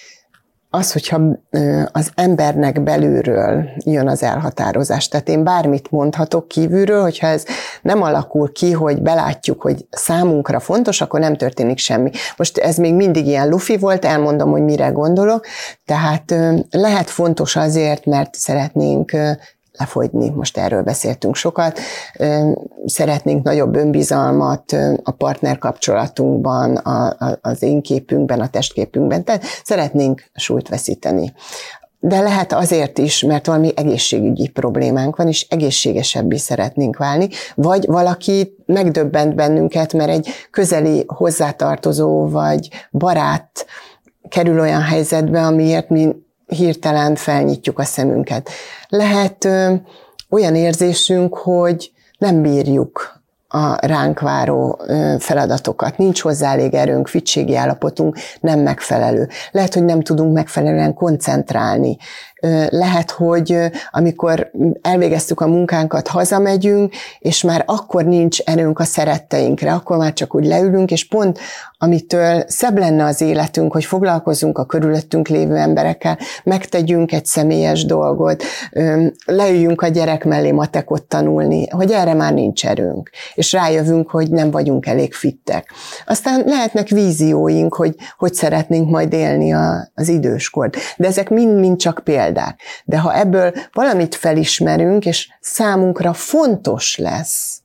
Az, hogyha az embernek belülről jön az elhatározás. Tehát én bármit mondhatok kívülről, hogyha ez nem alakul ki, hogy belátjuk, hogy számunkra fontos, akkor nem történik semmi. Most ez még mindig ilyen lufi volt, elmondom, hogy mire gondolok. Tehát lehet fontos azért, mert szeretnénk lefogyni, most erről beszéltünk sokat, szeretnénk nagyobb önbizalmat a partnerkapcsolatunkban, az én képünkben, a testképünkben, tehát szeretnénk súlyt veszíteni. De lehet azért is, mert valami egészségügyi problémánk van, és egészségesebbé szeretnénk válni, vagy valaki megdöbbent bennünket, mert egy közeli hozzátartozó vagy barát kerül olyan helyzetbe, amiért mi hirtelen felnyitjuk a szemünket. Lehet olyan érzésünk, hogy nem bírjuk a ránk váró feladatokat, nincs hozzá elég erőnk, fittségi állapotunk nem megfelelő. Lehet, hogy nem tudunk megfelelően koncentrálni. Lehet, hogy amikor elvégeztük a munkánkat, hazamegyünk, és már akkor nincs erőnk a szeretteinkre, akkor már csak úgy leülünk, és pont amitől szebb lenne az életünk, hogy foglalkozzunk a körülöttünk lévő emberekkel, megtegyünk egy személyes dolgot, leüljünk a gyerek mellé matekot tanulni, hogy erre már nincs erőnk, és rájövünk, hogy nem vagyunk elég fittek. Aztán lehetnek vízióink, hogy szeretnénk majd élni az időskort, de ezek mind csak példák. De ha ebből valamit felismerünk, és számunkra fontos lesz,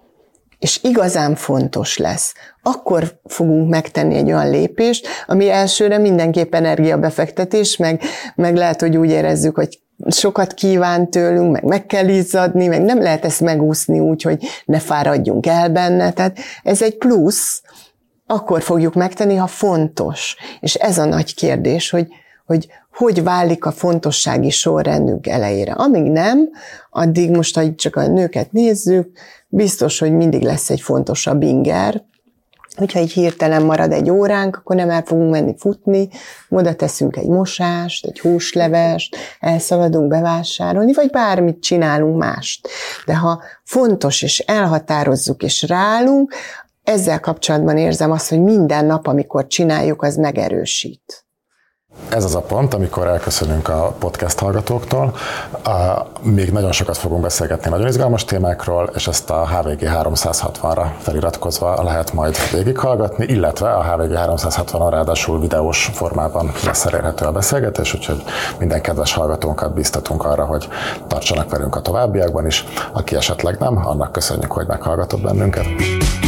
és igazán fontos lesz, akkor fogunk megtenni egy olyan lépést, ami elsőre mindenképp energiabefektetés, meg lehet, hogy úgy érezzük, hogy sokat kíván tőlünk, meg kell izzadni, meg nem lehet ezt megúszni úgy, hogy ne fáradjunk el benne. Tehát ez egy plusz, akkor fogjuk megtenni, ha fontos. És ez a nagy kérdés, hogy válik a fontossági sorrendünk elejére. Amíg nem, addig most, ha csak a nőket nézzük, biztos, hogy mindig lesz egy fontosabb inger. Hogyha így hirtelen marad egy óránk, akkor nem el fogunk menni futni, oda teszünk egy mosást, egy húslevest, elszaladunk bevásárolni, vagy bármit csinálunk mást. De ha fontos, és elhatározzuk, és ráállunk, ezzel kapcsolatban érzem azt, hogy minden nap, amikor csináljuk, az megerősít. Ez az a pont, amikor elköszönünk a podcast hallgatóktól. Még nagyon sokat fogunk beszélgetni nagyon izgalmas témákról, és ezt a HVG 360-ra feliratkozva lehet majd végighallgatni, illetve a HVG 360-on ráadásul videós formában lesz elérhető a beszélgetés, úgyhogy minden kedves hallgatónkat biztatunk arra, hogy tartsanak velünk a továbbiakban is. Aki esetleg nem, annak köszönjük, hogy meghallgatott bennünket.